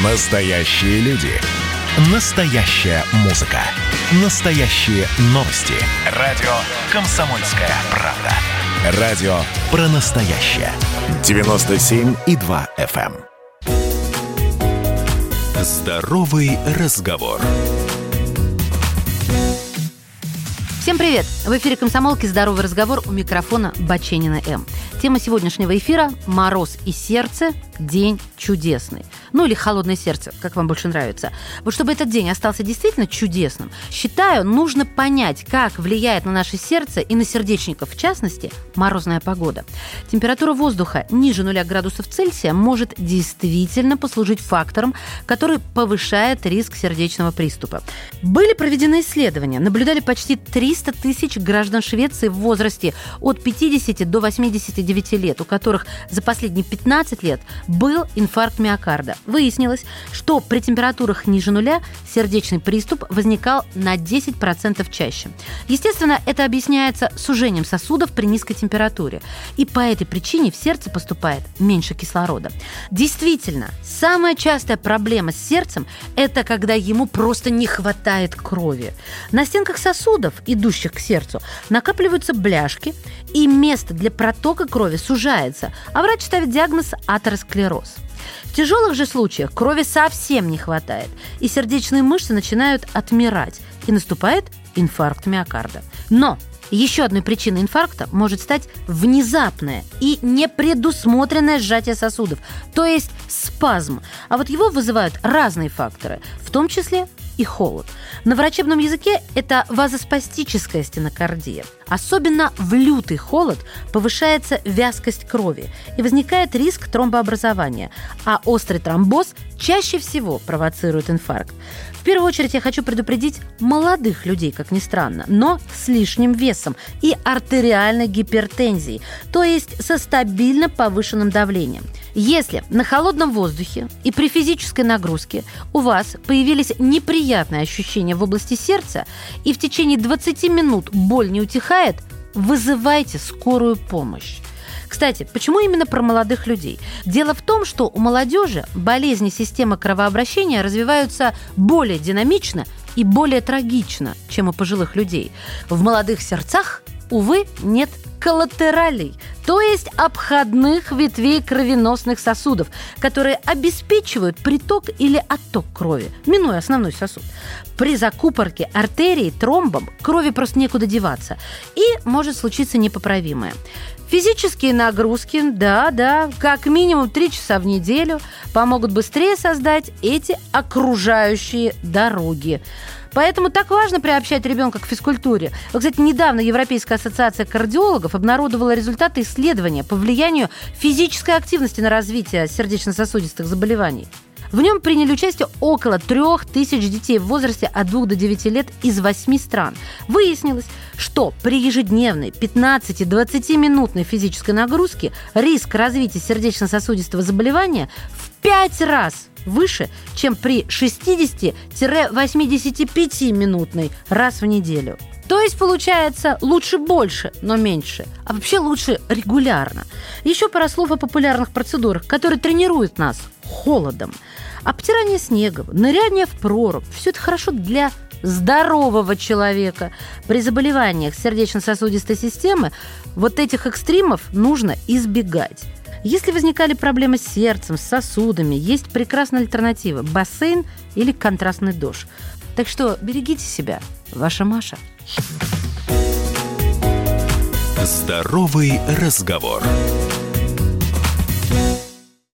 Настоящие люди. Настоящая музыка. Настоящие новости. Радио «Комсомольская правда». Радио про настоящее. 97,2 FM. Здоровый разговор. Всем привет! В эфире «Комсомолки» «Здоровый разговор», у микрофона Баченина М. Тема сегодняшнего эфира – мороз и сердце, день чудесный. Ну или холодное сердце, как вам больше нравится. Вот чтобы этот день остался действительно чудесным, считаю, нужно понять, как влияет на наше сердце и на сердечников, в частности, морозная погода. Температура воздуха ниже 0 градусов Цельсия может действительно послужить фактором, который повышает риск сердечного приступа. Были проведены исследования, наблюдали почти 300 тысяч граждан Швеции в возрасте от 50 до 89 лет, у которых за последние 15 лет был инфаркт миокарда. Выяснилось, что при температурах ниже нуля сердечный приступ возникал на 10% чаще. Естественно, это объясняется сужением сосудов при низкой температуре. И по этой причине в сердце поступает меньше кислорода. Действительно, самая частая проблема с сердцем – это когда ему просто не хватает крови. На стенках сосудов, идущих к сердцу, накапливаются бляшки, и место для протока крови сужается, а врач ставит диагноз атеросклероз. В тяжелых же случаях крови совсем не хватает, и сердечные мышцы начинают отмирать, и наступает инфаркт миокарда. Но еще одной причиной инфаркта может стать внезапное и непредусмотренное сжатие сосудов, то есть спазм. А вот его вызывают разные факторы, в том числе и холод. На врачебном языке это вазоспастическая стенокардия. Особенно в лютый холод повышается вязкость крови и возникает риск тромбообразования, а острый тромбоз чаще всего провоцирует инфаркт. В первую очередь я хочу предупредить молодых людей, как ни странно, но с лишним весом и артериальной гипертензией, то есть со стабильно повышенным давлением. Если на холодном воздухе и при физической нагрузке у вас появились неприятные ощущения в области сердца и в течение 20 минут боль не утихает, вызывайте скорую помощь. Кстати, почему именно про молодых людей? Дело в том, что у молодежи болезни системы кровообращения развиваются более динамично и более трагично, чем у пожилых людей. В молодых сердцах, увы, нет коллатералей, то есть обходных ветвей кровеносных сосудов, которые обеспечивают приток или отток крови, минуя основной сосуд. При закупорке артерий тромбом крови просто некуда деваться, и может случиться непоправимое. Физические нагрузки, да, как минимум 3 часа в неделю помогут быстрее создать эти окружающие дороги. Поэтому так важно приобщать ребенка к физкультуре. Вот, кстати, недавно Европейская ассоциация кардиологов обнародовала результаты исследования по влиянию физической активности на развитие сердечно-сосудистых заболеваний. В нем приняли участие около 3000 детей в возрасте от 2 до 9 лет из 8 стран. Выяснилось, что при ежедневной 15-20-минутной физической нагрузке риск развития сердечно-сосудистого заболевания в 5 раз выше, чем при 60-85-минутной раз в неделю. То есть, получается, лучше больше, но меньше. А вообще лучше регулярно. Еще пара слов о популярных процедурах, которые тренируют нас холодом. Обтирание снегом, ныряние в прорубь. Все это хорошо для здорового человека. При заболеваниях сердечно-сосудистой системы вот этих экстримов нужно избегать. Если возникали проблемы с сердцем, с сосудами, есть прекрасная альтернатива – бассейн или контрастный душ. Так что берегите себя. Ваша Маша. Здоровый разговор.